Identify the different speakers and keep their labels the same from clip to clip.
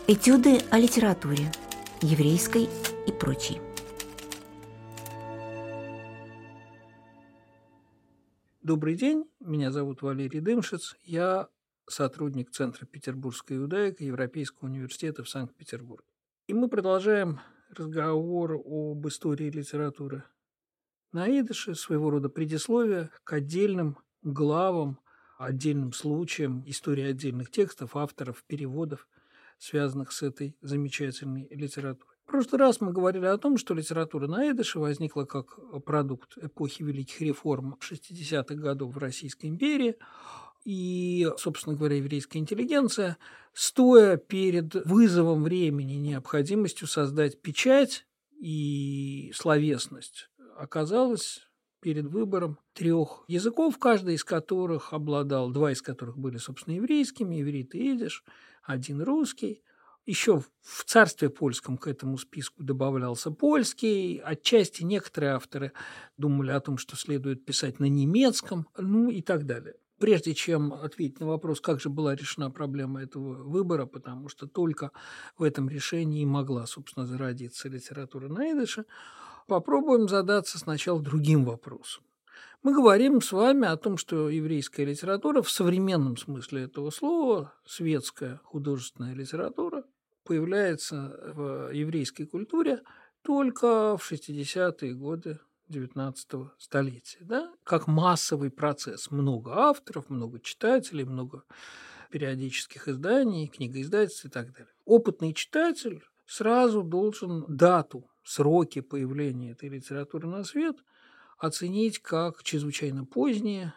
Speaker 1: Этюды о литературе, еврейской и прочей.
Speaker 2: Добрый день, меня зовут Валерий Дымшиц, я сотрудник Центра «Петербургская иудаика» Европейского университета в Санкт-Петербурге. И мы продолжаем разговор об истории литературы на идыше, своего рода предисловие к отдельным главам, отдельным случаям, истории отдельных текстов, авторов, переводов, связанных с этой замечательной литературой. В прошлый раз мы говорили о том, что литература на идыше возникла как продукт эпохи Великих реформ 60-х годов в Российской империи, и, собственно говоря, еврейская интеллигенция, стоя перед вызовом времени, необходимостью создать печать и словесность, оказалась перед выбором 3 языков, каждый из которых обладал, 2 из которых были, собственно, еврейскими, иврит и идиш, 1 русский. Еще в царстве польском к этому списку добавлялся польский. Отчасти некоторые авторы думали о том, что следует писать на немецком, ну и так далее. Прежде чем ответить на вопрос, как же была решена проблема этого выбора, потому что только в этом решении могла, собственно, зародиться литература на идыше, попробуем задаться сначала другим вопросом. Мы говорим с вами о том, что еврейская литература в современном смысле этого слова, светская художественная литература, появляется в еврейской культуре только в 60-е годы XIX столетия, да? Как массовый процесс. Много авторов, много читателей, много периодических изданий, книгоиздательств и так далее. Опытный читатель сразу должен дату, сроки появления этой литературы на свет оценить как чрезвычайно поздние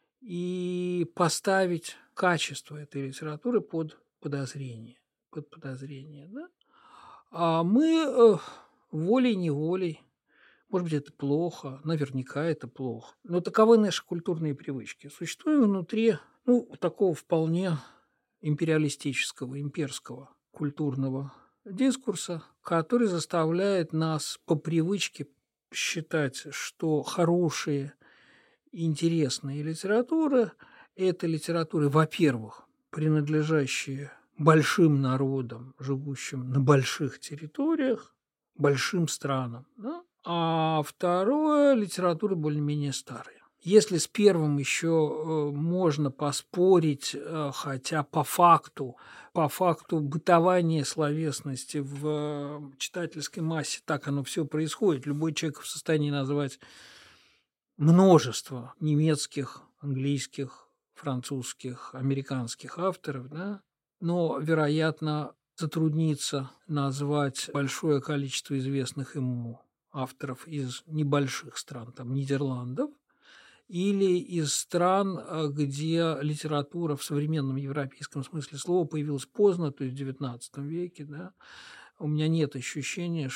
Speaker 2: и поставить качество этой литературы под подозрение. Да? А мы волей-неволей, может быть, это плохо, наверняка это плохо, но таковы наши культурные привычки. Существуем внутри такого вполне империалистического, имперского культурного дискурса, который заставляет нас по привычке считать, что хорошие и интересные литературы – это литературы, во-первых, принадлежащие большим народам, живущим на больших территориях, большим странам, да? А второе – литературы более-менее старые. Если с первым еще можно поспорить, хотя по факту бытования словесности в читательской массе так оно все происходит. Любой человек в состоянии назвать множество немецких, английских, французских, американских авторов, да? Но, вероятно, затруднится назвать большое количество известных ему авторов из небольших стран, там, Нидерландов, или из стран, где литература в современном европейском смысле слова появилась поздно, то есть в XIX веке, да. У меня нет ощущения,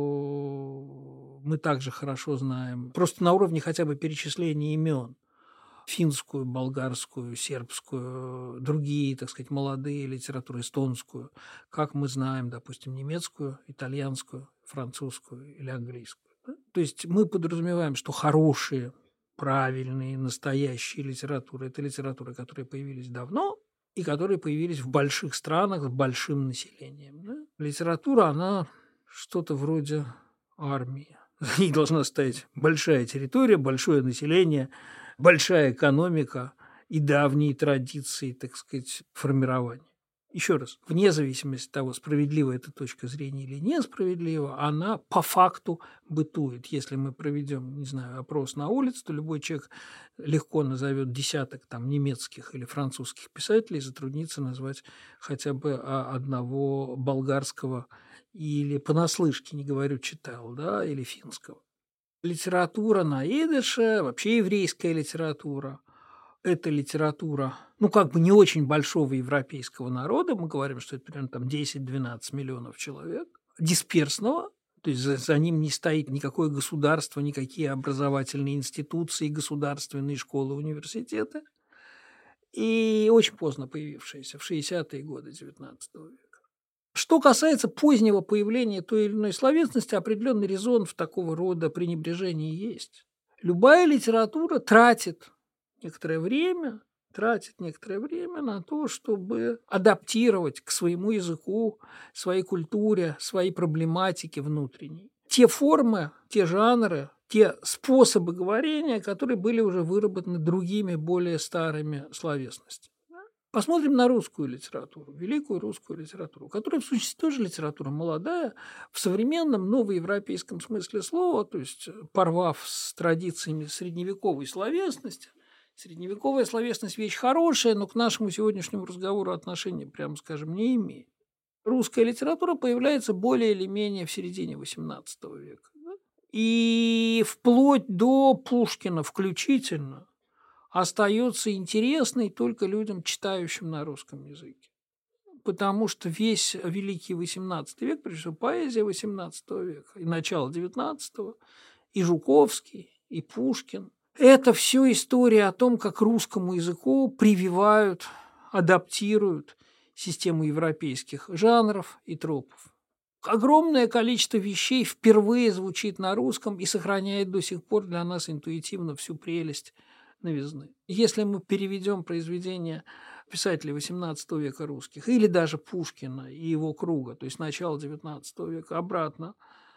Speaker 2: что мы также хорошо знаем, просто на уровне хотя бы перечисления имен, финскую, болгарскую, сербскую, другие, так сказать, молодые литературы, эстонскую, как мы знаем, допустим, немецкую, итальянскую, французскую или английскую. Да? То есть мы подразумеваем, что хорошие, правильные, настоящие литературы – это литературы, которые появились давно и которые появились в больших странах с большим населением. Да? Литература, она что-то вроде армии. За ней должна стоять большая территория, большое население, большая экономика и давние традиции, так сказать, формирования. Еще раз, вне зависимости от того, справедлива эта точка зрения или несправедлива, она по факту бытует. Если мы проведем, не знаю, опрос на улице, то любой человек легко назовет десяток там немецких или французских писателей, затруднится назвать хотя бы одного болгарского или понаслышке, не говорю, читал, да, или финского. Литература на идыше, вообще еврейская литература – это литература, не очень большого европейского народа, мы говорим, что это примерно там 10-12 миллионов человек, дисперсного, то есть за ним не стоит никакое государство, никакие образовательные институции, государственные школы, университеты, и очень поздно появившаяся, в 60-е годы XIX века. Что касается позднего появления той или иной словесности, определенный резон в такого рода пренебрежении есть. Любая литература тратит некоторое время тратит некоторое время на то, чтобы адаптировать к своему языку, своей культуре, своей проблематике внутренней те формы, те жанры, те способы говорения, которые были уже выработаны другими, более старыми словесностями. Посмотрим на русскую литературу, великую русскую литературу, которая, в сущности, тоже литература молодая, в современном новоевропейском смысле слова, то есть порвав с традициями средневековой словесности. Средневековая словесность – вещь хорошая, но к нашему сегодняшнему разговору отношения, прямо скажем, не имеет. Русская литература появляется более или менее в середине XVIII века. Да? И вплоть до Пушкина включительно остается интересной только людям, читающим на русском языке. Потому что весь великий XVIII век, прежде всего поэзия XVIII века, и начало XIX, и Жуковский, и Пушкин – это все история о том, как русскому языку прививают, адаптируют систему европейских жанров и тропов. Огромное количество вещей впервые звучит на русском и сохраняет до сих пор для нас интуитивно всю прелесть новизны. Если мы переведем произведения писателей XVIII века русских или даже Пушкина и его круга, то есть начала XIX века, обратно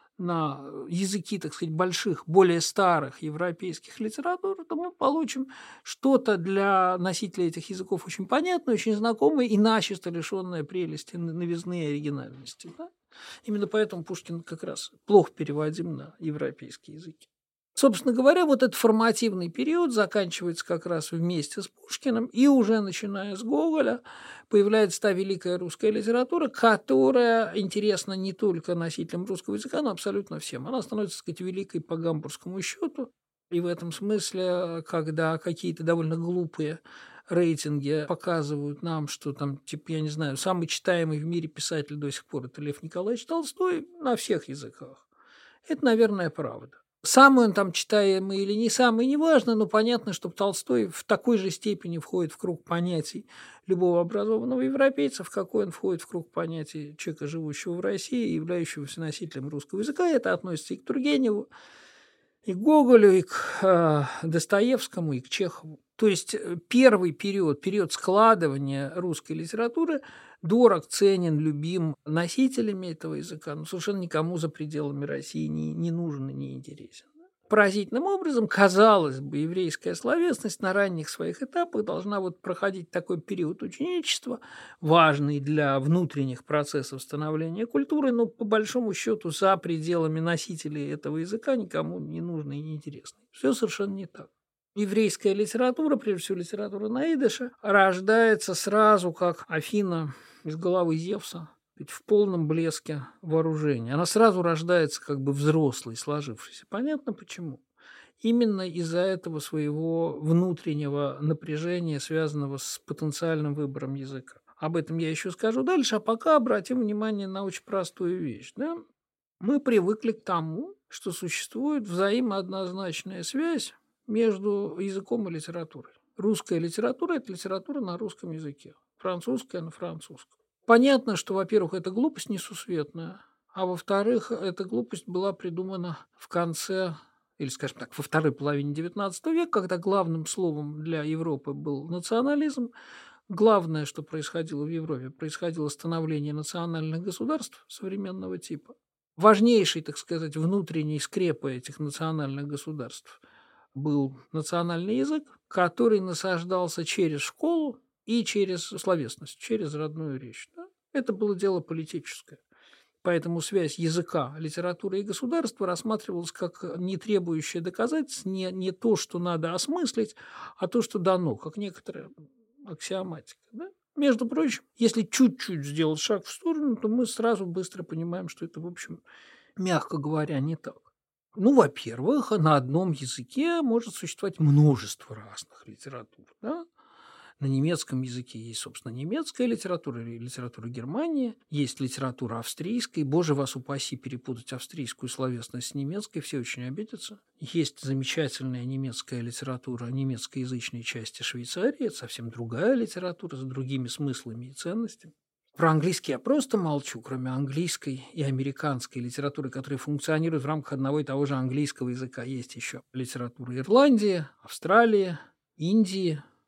Speaker 2: на языки, так сказать, больших, более старых европейских литератур, то мы получим что-то для носителей этих языков очень понятное, очень знакомое и начисто лишенное прелести, новизны и оригинальности. Да? Именно поэтому Пушкин как раз плохо переводим на европейские языки. Собственно говоря, вот этот формативный период заканчивается как раз вместе с Пушкиным, и уже начиная с Гоголя появляется та великая русская литература, которая интересна не только носителям русского языка, но абсолютно всем. Она становится, так сказать, великой по гамбургскому счету, и в этом смысле, когда какие-то довольно глупые рейтинги показывают нам, что там, типа, я не знаю, самый читаемый в мире писатель до сих пор – это Лев Николаевич Толстой на всех языках. Это, наверное, правда. Самый он там читаемый или не самый, неважно, но понятно, что Толстой в такой же степени входит в круг понятий любого образованного европейца, в какой он входит в круг понятий человека, живущего в России, являющегося носителем русского языка. Это относится и к Тургеневу, и к Гоголю, и к Достоевскому, и к Чехову. То есть первый период складывания русской литературы дорог, ценен, любим носителями этого языка, но совершенно никому за пределами России не нужен и не интересен. Поразительным образом, казалось бы, еврейская словесность на ранних своих этапах должна вот проходить такой период ученичества, важный для внутренних процессов становления культуры, но по большому счету за пределами носителей этого языка никому не нужный и не интересный. Все совершенно не так. Еврейская литература, прежде всего литература на идыше, рождается сразу как Афина из головы Зевса, ведь в полном блеске вооружения. Она сразу рождается как бы взрослой, сложившейся. Понятно почему? Именно из-за этого своего внутреннего напряжения, связанного с потенциальным выбором языка. Об этом я еще скажу дальше, а пока обратим внимание на очень простую вещь. Да? Мы привыкли к тому, что существует взаимооднозначная связь между языком и литературой. Русская литература – это литература на русском языке, французская – на французском. Понятно, что, во-первых, это глупость несусветная, а во-вторых, эта глупость была придумана в конце, или, скажем так, во второй половине XIX века, когда главным словом для Европы был национализм. Главное, что происходило в Европе, происходило становление национальных государств современного типа. Важнейшей, так сказать, внутренней скрепой этих национальных государств был национальный язык, который насаждался через школу и через словесность, через родную речь. Да? Это было дело политическое. Поэтому связь языка, литературы и государства рассматривалась как не требующая доказательств, не то, что надо осмыслить, а то, что дано, как некоторая аксиоматика. Да? Между прочим, если чуть-чуть сделать шаг в сторону, то мы сразу быстро понимаем, что это, в общем, мягко говоря, не так. Ну, во-первых, на одном языке может существовать множество разных литератур. Да? На немецком языке есть, собственно, немецкая литература, литература Германии, есть литература австрийская. Боже вас упаси перепутать австрийскую словесность с немецкой, все очень обидятся. Есть замечательная немецкая литература немецкоязычной части Швейцарии, это совсем другая литература с другими смыслами и ценностями. Про английский я просто молчу, кроме английской и американской литературы, которые функционируют в рамках одного и того же английского языка. Есть еще литература Ирландии, Австралии, Индии,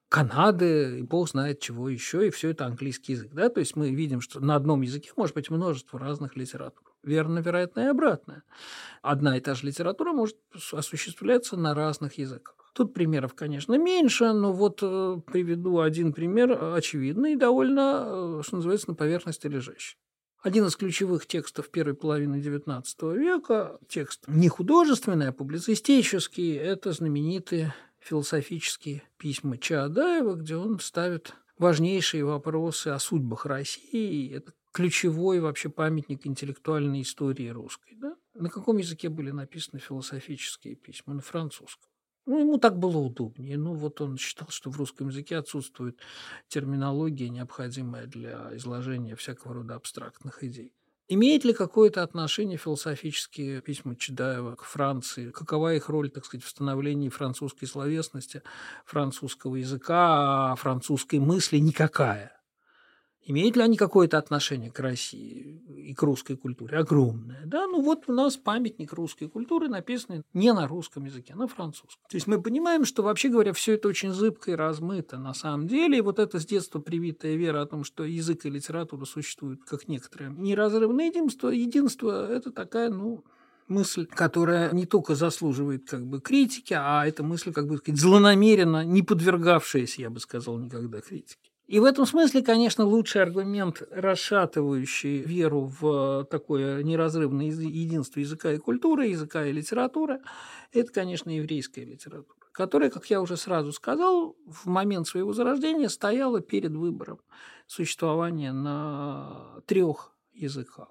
Speaker 2: Канады и бог знает чего еще, и все это английский язык. Да? То есть мы видим, что на одном языке может быть множество разных литератур. Верно, вероятно, и обратное. Одна и та же литература может осуществляться на разных языках. Тут примеров, конечно, меньше, но вот приведу один пример, очевидный, довольно, что называется, на поверхности лежащий. Один из ключевых текстов первой половины XIX века, текст не художественный, а публицистический, это знаменитые философические письма Чаадаева, где он ставит важнейшие вопросы о судьбах России. Это ключевой вообще памятник интеллектуальной истории русской. Да? На каком языке были написаны философические письма? На французском. Ему так было удобнее. Вот он считал, что в русском языке отсутствует терминология, необходимая для изложения всякого рода абстрактных идей. Имеет ли какое-то отношение философические письма Чаадаева к Франции? Какова их роль, так сказать, в становлении французской словесности, французского языка, французской мысли? Никакая. Имеют ли они какое-то отношение к России и к русской культуре? Огромное. Да? У нас памятник русской культуры написанный не на русском языке, а на французском. То есть мы понимаем, что, вообще говоря, все это очень зыбко и размыто на самом деле. И вот эта с детства привитая вера о том, что язык и литература существуют как некоторое неразрывное единство, это такая, мысль, которая не только заслуживает критики, а это мысль, злонамеренно не подвергавшаяся, я бы сказал, никогда критике. И в этом смысле, конечно, лучший аргумент, расшатывающий веру в такое неразрывное единство языка и культуры, языка и литературы, это, конечно, еврейская литература, которая, как я уже сразу сказал, в момент своего зарождения стояла перед выбором существования на трех языках.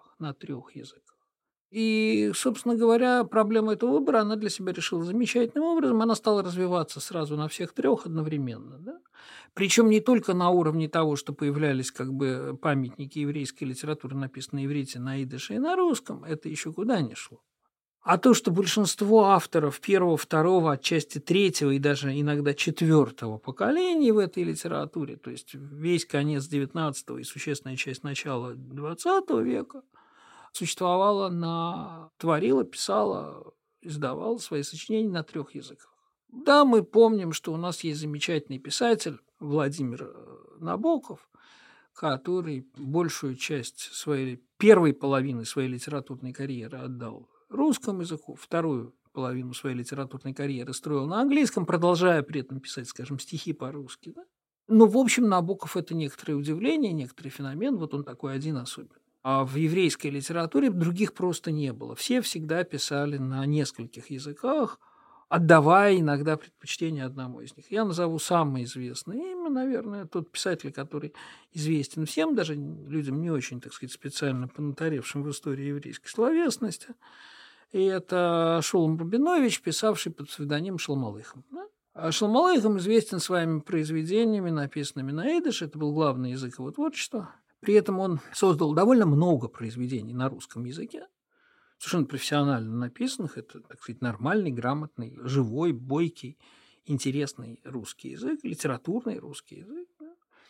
Speaker 2: И, собственно говоря, проблема этого выбора она для себя решила замечательным образом. Она стала развиваться сразу на всех трех одновременно. Да? Причем не только на уровне того, что появлялись памятники еврейской литературы, написанные на иврите, на идыше и на русском, это еще куда ни шло. А то, что большинство авторов первого, второго, отчасти третьего и даже иногда четвертого поколений в этой литературе, то есть весь конец XIX и существенная часть начала XX века, творила, писала, издавала свои сочинения на трех языках. Да, мы помним, что у нас есть замечательный писатель Владимир Набоков, который большую часть первой половины своей литературной карьеры отдал русскому языку, вторую половину своей литературной карьеры строил на английском, продолжая при этом писать, скажем, стихи по-русски. Да? Но, в общем, Набоков – это некоторое удивление, некоторый феномен, вот он такой один особенный. А в еврейской литературе других просто не было. Все всегда писали на нескольких языках, отдавая иногда предпочтение одному из них. Я назову самое известное имя, наверное, тот писатель, который известен всем, даже людям не очень, так сказать, специально понатаревшим в истории еврейской словесности. И это Шолом Рубинович, писавший под псевдонимом Шолом Алейхем. Да? А Шолом Алейхем известен своими произведениями, написанными на идыше. Это был главный язык его творчества. При этом он создал довольно много произведений на русском языке, совершенно профессионально написанных. Это, так сказать, нормальный, грамотный, живой, бойкий, интересный русский язык, литературный русский язык. Да?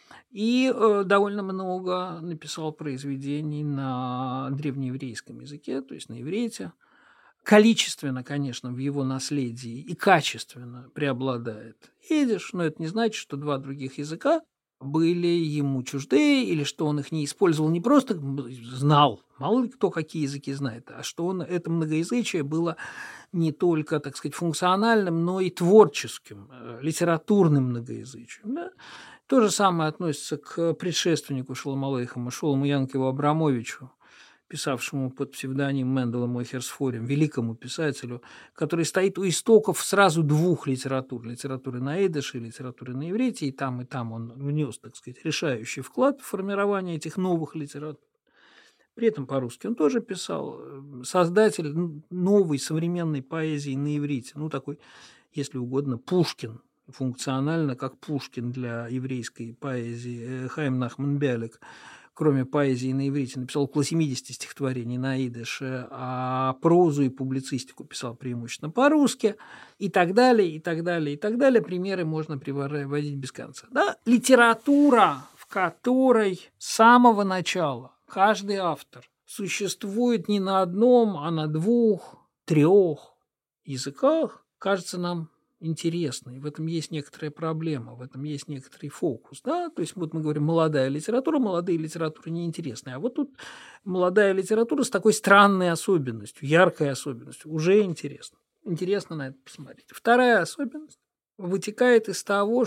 Speaker 2: И довольно много написал произведений на древнееврейском языке, то есть на иврите. Количественно, конечно, в его наследии и качественно преобладает идиш, но это не значит, что два других языка были ему чужды, или что он их не использовал, не просто знал, мало ли кто какие языки знает, а что это многоязычие было не только, так сказать, функциональным, но и творческим, литературным многоязычием. Да? То же самое относится к предшественнику Шолома Алейхема, Шолому Янкову Абрамовичу, писавшему под псевдонимом Мендела Мойхерсфорем, великому писателю, который стоит у истоков сразу двух литератур. Литературы на идыше и литературы на иврите. И там он внес, так сказать, решающий вклад в формирование этих новых литератур. При этом по-русски он тоже писал. Создатель новой современной поэзии на иврите. Такой, если угодно, Пушкин. Функционально, как Пушкин для еврейской поэзии. Хаим Нахман Бялик, кроме поэзии на иврите, написал около 70 стихотворений на идыше, а прозу и публицистику писал преимущественно по-русски, и так далее, и так далее, и так далее. Примеры можно приводить без конца. Да? Литература, в которой с самого начала каждый автор существует не на одном, а на двух, трех языках, кажется нам интересный, в этом есть некоторая проблема, в этом есть некоторый фокус. Да? То есть вот мы говорим молодая литература, молодые литературы неинтересные. А вот тут молодая литература с такой странной особенностью, яркой особенностью, уже интересно. Интересно на это посмотреть. Вторая особенность вытекает из того,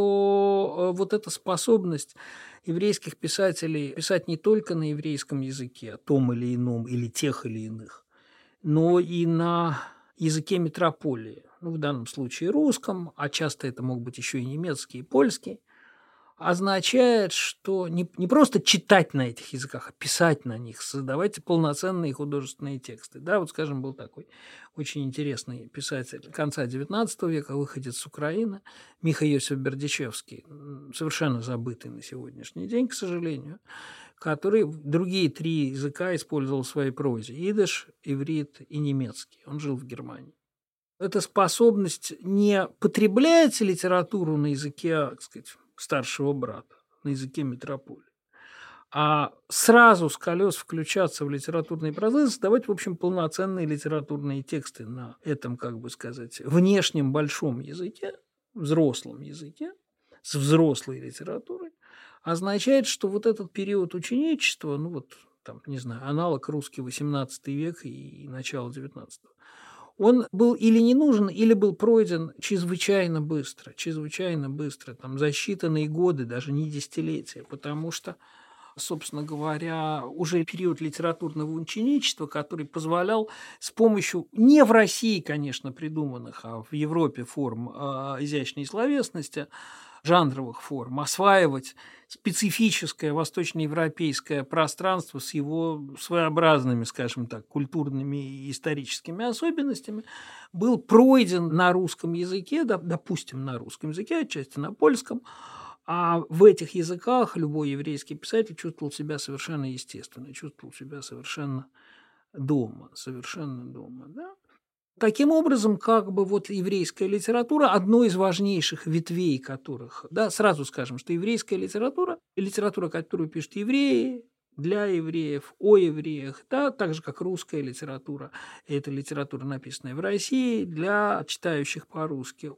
Speaker 2: что вот эта способность еврейских писателей писать не только на еврейском языке, том или ином, или тех или иных, но и на языке метрополии, ну, в данном случае русском, а часто это могут быть еще и немецкий, и польский, означает, что не просто читать на этих языках, а писать на них, создавать полноценные художественные тексты. Да, вот, скажем, был такой очень интересный писатель конца XIX века, выходец с Украины, Михаил Йосиф Бердичевский, совершенно забытый на сегодняшний день, к сожалению, который другие 3 языка использовал в своей прозе – идиш, иврит и немецкий. Он жил в Германии. Эта способность не потреблять литературу на языке, так сказать, старшего брата, на языке метрополии, а сразу с колес включаться в литературный процесс, создавать, в общем, полноценные литературные тексты на этом, как бы сказать, внешнем большом языке, взрослом языке, с взрослой литературой, означает, что вот этот период ученичества, ну вот, там, не знаю, аналог русский XVIII век и начало XIX, он был или не нужен, или был пройден чрезвычайно быстро, там, за считанные годы, даже не десятилетия, потому что, собственно говоря, уже период литературного ученичества, который позволял с помощью, не в России, конечно, придуманных, а в Европе форм изящной словесности, жанровых форм, осваивать специфическое восточноевропейское пространство с его своеобразными, скажем так, культурными и историческими особенностями, был пройден на русском языке, допустим, на русском языке, отчасти на польском, а в этих языках любой еврейский писатель чувствовал себя совершенно естественно, чувствовал себя совершенно дома, да? Таким образом, как бы вот еврейская литература, одной из важнейших ветвей которых, да, сразу скажем, что еврейская литература, литература, которую пишут евреи, для евреев, о евреях, да, так же, как русская литература, это литература, написанная в России, для читающих по-русски,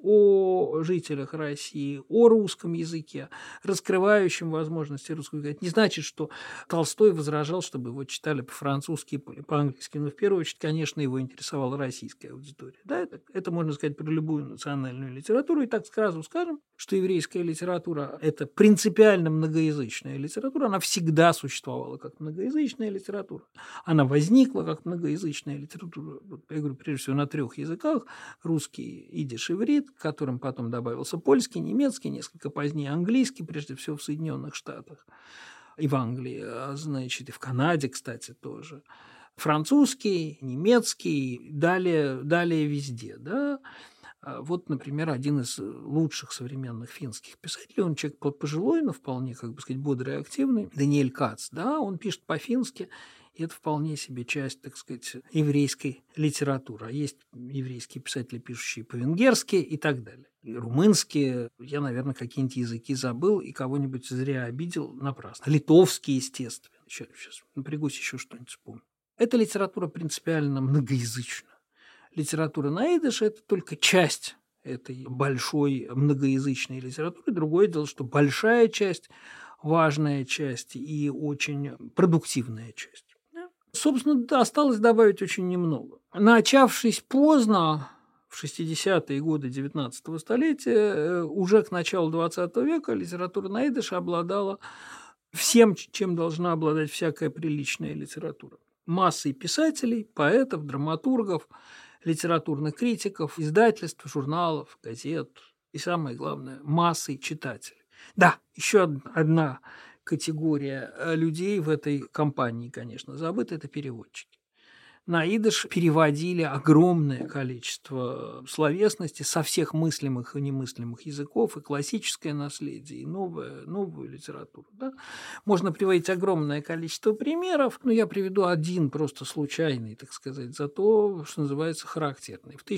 Speaker 2: о жителях России, о русском языке, раскрывающем возможности русского языка. Это не значит, что Толстой возражал, чтобы его читали по-французски или по-английски, но в первую очередь, конечно, его интересовала российская аудитория. Да, это можно сказать про любую национальную литературу, и так сразу скажем, что еврейская литература – это принципиально многоязычная литература, она всегда существовала как многоязычная литература. Она возникла как многоязычная литература, вот, я говорю, прежде всего, на 3 языках – русский, идиш, иврит, к которым потом добавился польский, немецкий, несколько позднее английский, прежде всего в Соединенных Штатах и в Англии, значит, и в Канаде, кстати, тоже. Французский, немецкий, далее везде, да. Вот, например, один из лучших современных финских писателей, он человек пожилой, но вполне, как бы сказать, бодрый и активный, Даниэль Кац, да, он пишет по-фински, и это вполне себе часть, так сказать, еврейской литературы. А есть еврейские писатели, пишущие по-венгерски и так далее. И румынские, я, наверное, какие-нибудь языки забыл и кого-нибудь зря обидел напрасно. Литовский, естественно. Сейчас напрягусь, еще что-нибудь вспомню. Эта литература принципиально многоязычна. Литература на идиш – это только часть этой большой многоязычной литературы. Другое дело, что большая часть, важная часть и очень продуктивная часть. Собственно, осталось добавить очень немного. Начавшись поздно, в 60-е годы XIX столетия, уже к началу XX века литература на идиш обладала всем, чем должна обладать всякая приличная литература. Массой писателей, поэтов, драматургов, литературных критиков, издательств, журналов, газет и, самое главное, массой читателей. Да, еще одна категория людей в этой компании, конечно, забыта – это переводчики. На идиш переводили огромное количество словесности со всех мыслимых и немыслимых языков, и классическое наследие, и новую литературу. Да? Можно приводить огромное количество примеров, но я приведу один просто случайный, так сказать, зато, что называется, характерный. В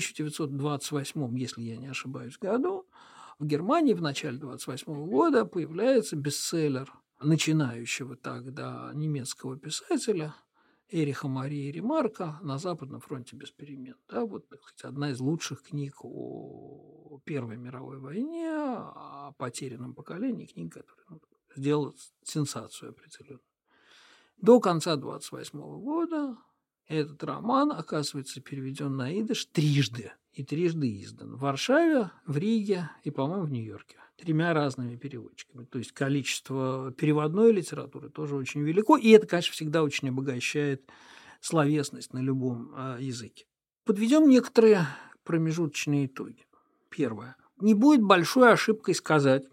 Speaker 2: 1928, если я не ошибаюсь, году в Германии в начале 1928 года появляется бестселлер начинающего тогда немецкого писателя Эриха Марии Ремарка «На Западном фронте без перемен». Да, вот, так сказать, одна из лучших книг о Первой мировой войне, о потерянном поколении, книга, которая сделала сенсацию определенную. До конца 1928 года этот роман, оказывается, переведен на идыш трижды и трижды издан. В Варшаве, в Риге и, по-моему, в Нью-Йорке. 3 разными переводчиками. То есть количество переводной литературы тоже очень велико. И это, конечно, всегда очень обогащает словесность на любом языке. Подведем некоторые промежуточные итоги. Первое. Не будет большой ошибкой сказать,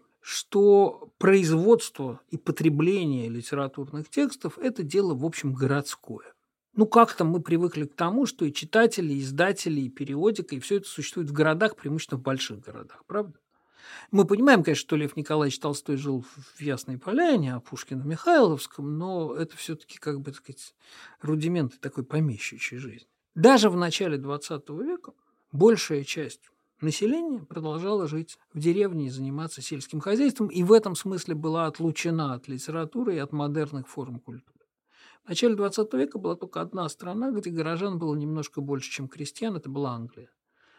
Speaker 2: что производство и потребление литературных текстов – это дело, в общем, городское. Как-то мы привыкли к тому, что и читатели, и издатели, и периодика, и все это существует в городах, преимущественно в больших городах, правда? Мы понимаем, конечно, что Лев Николаевич Толстой жил в Ясной Поляне, а Пушкин в Михайловском, но это все-таки, так сказать, рудименты такой помещичьей жизни. Даже в начале XX века большая часть населения продолжало жить в деревне и заниматься сельским хозяйством, и в этом смысле была отлучена от литературы и от модерных форм культуры. В начале XX века была только одна страна, где горожан было немножко больше, чем крестьян, это была Англия.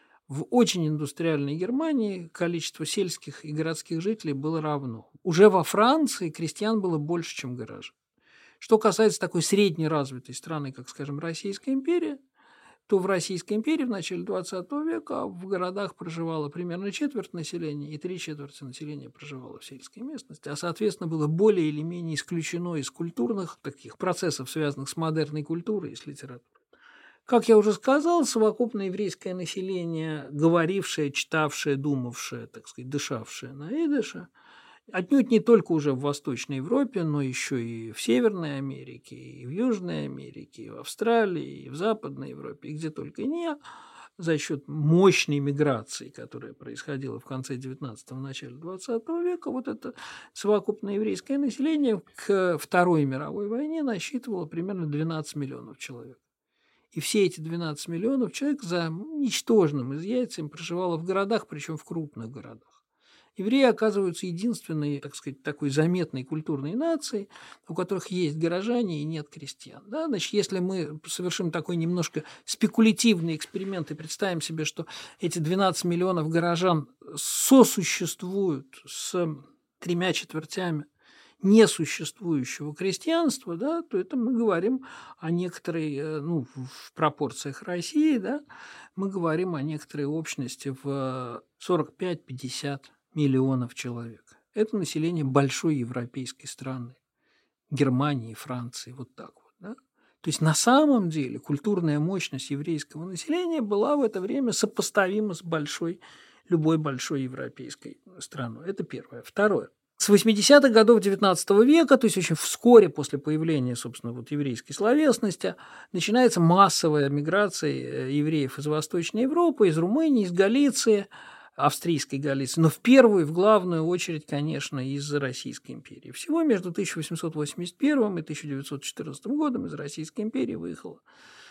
Speaker 2: В очень индустриальной Германии количество сельских и городских жителей было равно. Уже во Франции крестьян было больше, чем горожан. Что касается такой среднеразвитой страны, как, скажем, Российская империя, то в Российской империи в начале XX века в городах проживало примерно четверть населения, и 3/4 населения проживало в сельской местности, а, соответственно, было более или менее исключено из культурных таких процессов, связанных с модерной культурой и с литературой. Как я уже сказал, совокупное еврейское население, говорившее, читавшее, думавшее, так сказать, дышавшее на идыше, отнюдь не только уже в Восточной Европе, но еще и в Северной Америке, и в Южной Америке, и в Австралии, и в Западной Европе, и где только не, за счет мощной миграции, которая происходила в конце XIX – начале XX века, вот это совокупное еврейское население к Второй мировой войне насчитывало примерно 12 миллионов человек. И все эти 12 миллионов человек за ничтожным изъятием проживало в городах, причем в крупных городах. Евреи оказываются единственной, так сказать, такой заметной культурной нацией, у которых есть горожане и нет крестьян. Да? Значит, если мы совершим такой немножко спекулятивный эксперимент и представим себе, что эти 12 миллионов горожан сосуществуют с 3/4 несуществующего крестьянства, да, то это мы говорим о некоторой, в пропорциях России, да, мы говорим о некоторой общности в 45-50 миллионов человек. Это население большой европейской страны, Германии, Франции, вот так вот. Да? То есть на самом деле культурная мощность еврейского населения была в это время сопоставима с любой большой европейской страной. Это первое. Второе. С 80-х годов XIX века, то есть очень вскоре после появления, собственно, еврейской словесности, начинается массовая миграция евреев из Восточной Европы, из Румынии, из Галиции, австрийской Галиции, но в главную очередь, конечно, из Российской империи. Всего между 1881 и 1914 годом из Российской империи выехало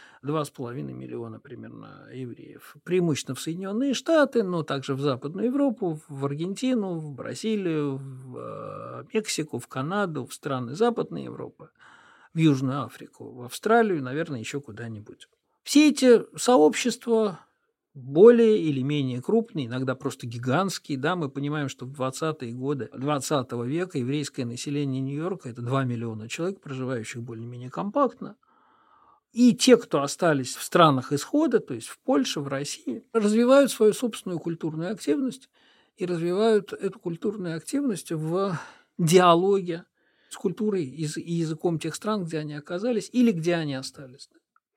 Speaker 2: 2,5 миллиона примерно евреев. Преимущественно в Соединенные Штаты, но также в Западную Европу, в Аргентину, в Бразилию, в Мексику, в Канаду, в страны Западной Европы, в Южную Африку, в Австралию, наверное, еще куда-нибудь. Все эти сообщества более или менее крупные, иногда просто гигантские. Да, мы понимаем, что в 20-е годы XX века еврейское население Нью-Йорка – это 2 миллиона человек, проживающих более-менее компактно. И те, кто остались в странах исхода, то есть в Польше, в России, развивают свою собственную культурную активность и развивают эту культурную активность в диалоге с культурой и языком тех стран, где они оказались или где они остались.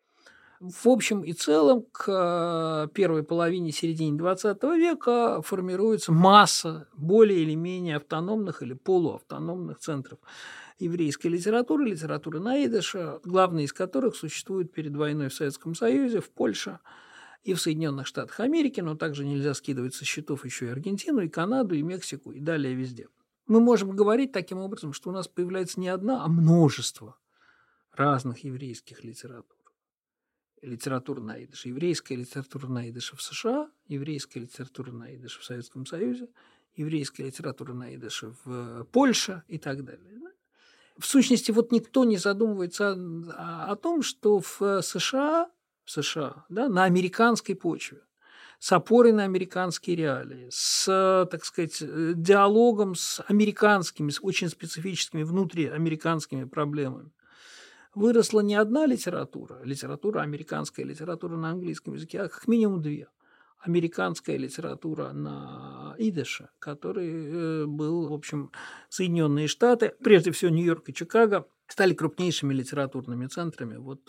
Speaker 2: В общем и целом, к первой половине, середине XX века формируется масса более или менее автономных или полуавтономных центров еврейской литературы на идыше, главные из которых существуют перед войной в Советском Союзе, в Польше и в Соединенных Штатах Америки, но также нельзя скидывать со счетов еще и Аргентину, и Канаду, и Мексику, и далее везде. Мы можем говорить таким образом, что у нас появляется не одна, а множество разных еврейских литератур. Литература на идыше. Еврейская литература на идыше в США, еврейская литература на идыше в Советском Союзе, еврейская литература на идыше в Польше и так далее. В сущности, вот никто не задумывается о том, что в США, да, на американской почве, с опорой на американские реалии, с, так сказать, диалогом с американскими, с очень специфическими внутриамериканскими проблемами, выросла не одна литература американская, литература на английском языке, а как минимум две. Американская литература на идише, который был, в общем, Соединенные Штаты, прежде всего Нью-Йорк и Чикаго, стали крупнейшими литературными центрами вот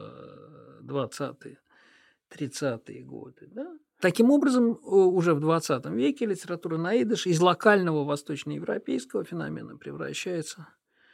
Speaker 2: в 20-е, 30-е годы. Да? Таким образом, уже в 20 веке литература на идише из локального восточноевропейского феномена превращается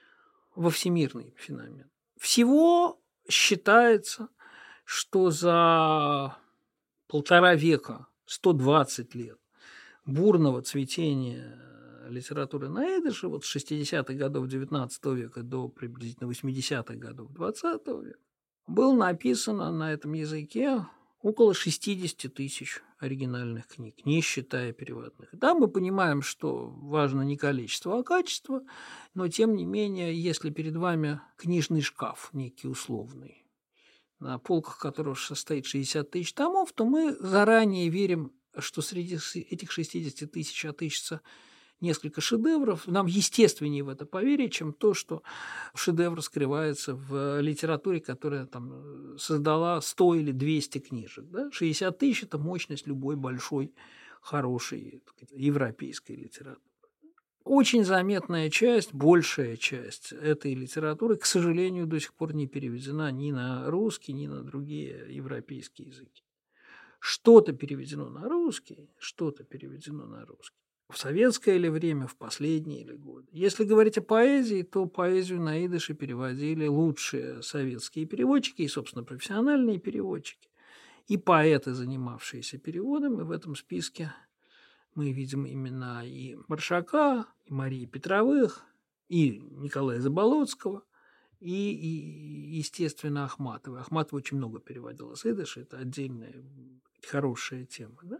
Speaker 2: во всемирный феномен. Всего считается, что за 1,5 века, 120 лет бурного цветения литературы на идише, вот с 60-х годов XIX века до приблизительно 80-х годов XX века, было написано на этом языке около 60 тысяч оригинальных книг, не считая переводных. Да, мы понимаем, что важно не количество, а качество, но тем не менее, если перед вами книжный шкаф некий условный, на полках которого состоит 60 тысяч томов, то мы заранее верим, что среди этих 60 тысяч отыщется несколько шедевров. Нам естественнее в это поверить, чем то, что шедевр скрывается в литературе, которая там создала 100 или 200 книжек. Да? 60 тысяч – это мощность любой большой, хорошей, так сказать, европейской литературы. Очень заметная часть, большая часть этой литературы, к сожалению, до сих пор не переведена ни на русский, ни на другие европейские языки. Что-то переведено на русский, что-то переведено на русский. В советское ли время, в последние ли годы. Если говорить о поэзии, то поэзию на идише переводили лучшие советские переводчики и, собственно, профессиональные переводчики. И поэты, занимавшиеся переводом, и в этом списке мы видим имена и Маршака, и Марии Петровых, и Николая Заболоцкого, и естественно, Ахматовой. Ахматова очень много переводила с идиша, это отдельная хорошая тема. Да?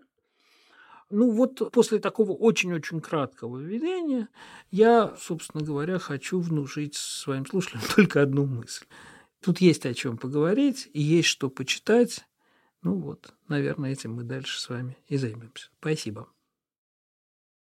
Speaker 2: Ну вот после такого очень-очень краткого введения я, собственно говоря, хочу внушить своим слушателям только одну мысль. Тут есть о чем поговорить, и есть что почитать. Ну вот, наверное, этим мы дальше с вами и займемся. Спасибо.